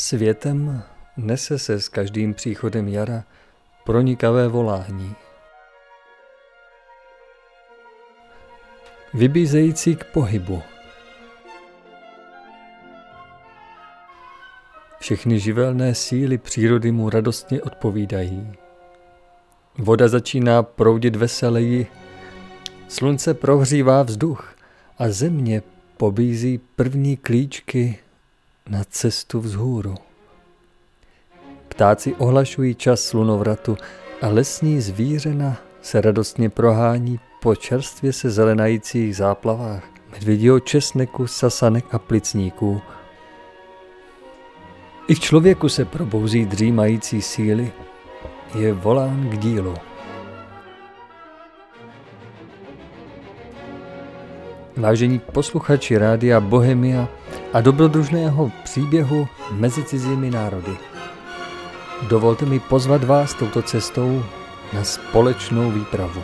Světem nese se s každým příchodem jara pronikavé volání. Vybízející k pohybu. Všechny živelné síly přírody mu radostně odpovídají. Voda začíná proudit veseleji, slunce prohřívá vzduch a země pobízí první klíčky na cestu vzhůru. Ptáci ohlašují čas slunovratu a lesní zvířena se radostně prohání po čerstvě se zelenajících záplavách medvědího česneku, sasanek a plicníků. I v člověku se probouzí dřímající síly, je volán k dílu. Vážení posluchači Rádia Bohemia a dobrodružného příběhu mezi cizími národy, dovolte mi pozvat vás touto cestou na společnou výpravu.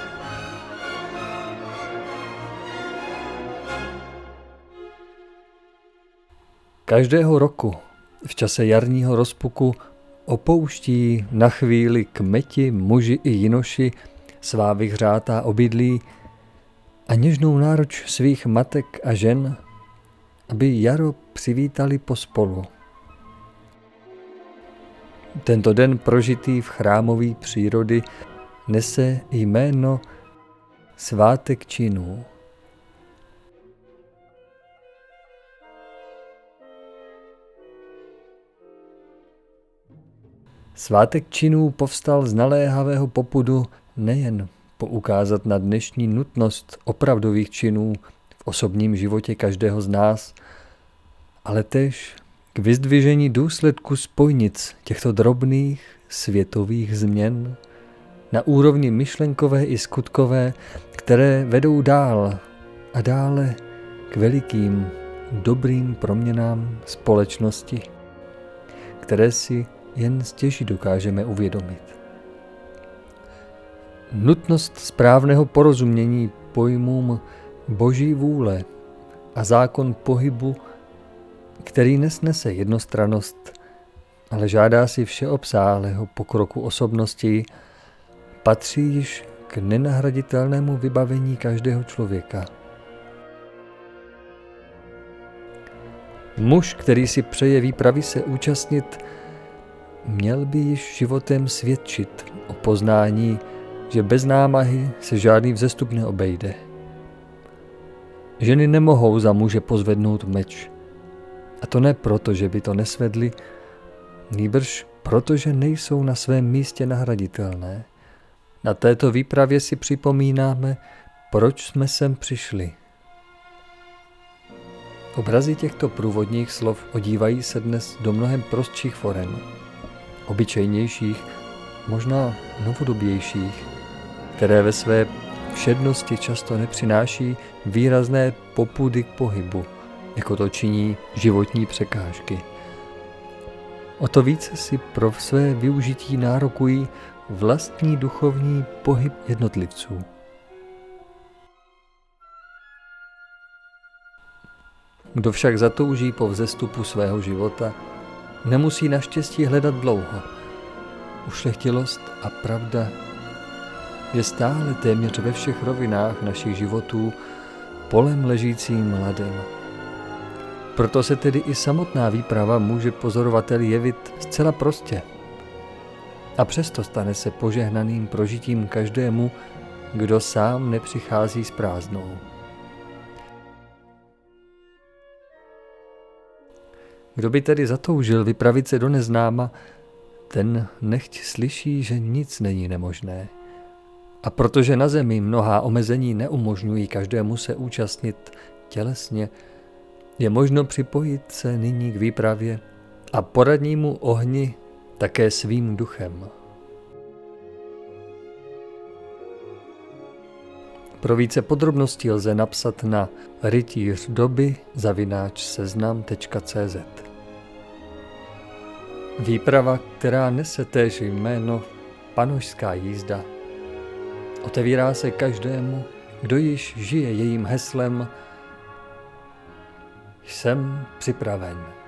Každého roku v čase jarního rozpuku opouští na chvíli kmeti, muži i jinoši svá vyhřátá obydlí a něžnou náruč svých matek a žen, aby jaro přivítali pospolu. Tento den prožitý v chrámoví přírody nese jméno Svátek činů. Svátek činů povstal z naléhavého popudu nejen poukázat na dnešní nutnost opravdových činů v osobním životě každého z nás, ale též k vyzdvižení důsledku spojnic těchto drobných světových změn na úrovni myšlenkové i skutkové, které vedou dál a dále k velikým dobrým proměnám společnosti, které si jen stěží dokážeme uvědomit. Nutnost správného porozumění pojmům Boží vůle a zákon pohybu, který nesnese jednostrannost, ale žádá si všeobsáhlého pokroku osobnosti, patří již k nenahraditelnému vybavení každého člověka. Muž, který si přeje výpravy se účastnit, měl by již životem svědčit o poznání, že bez námahy se žádný vzestup neobejde. Ženy nemohou za muže pozvednout meč. A to ne proto, že by to nesvedly, nýbrž proto, že nejsou na svém místě nahraditelné. Na této výpravě si připomínáme, proč jsme sem přišli. Obrazy těchto průvodních slov odívají se dnes do mnohem prostších forem, obyčejnějších, možná novodobějších, které ve své všednosti často nepřináší výrazné popudy k pohybu, jako to činí životní překážky. O to více si pro své využití nárokují vlastní duchovní pohyb jednotlivců. Kdo však zatouží po vzestupu svého života, nemusí naštěstí hledat dlouho. Ušlechtilost a pravda je stále téměř ve všech rovinách našich životů polem ležícím ladem. Proto se tedy i samotná výprava může pozorovateli jevit zcela prostě. A přesto stane se požehnaným prožitím každému, kdo sám nepřichází s prázdnou. Kdo by tedy zatoužil vypravit se do neznáma, ten nechť slyší, že nic není nemožné. A protože na zemi mnohá omezení neumožňují každému se účastnit tělesně, je možno připojit se nyní k výpravě a poradnímu ohni také svým duchem. Pro více podrobností lze napsat na rytířdoby@seznam.cz. Výprava, která nese též jméno Panošská jízda, otevírá se každému, kdo již žije jejím heslem Jsem připraven.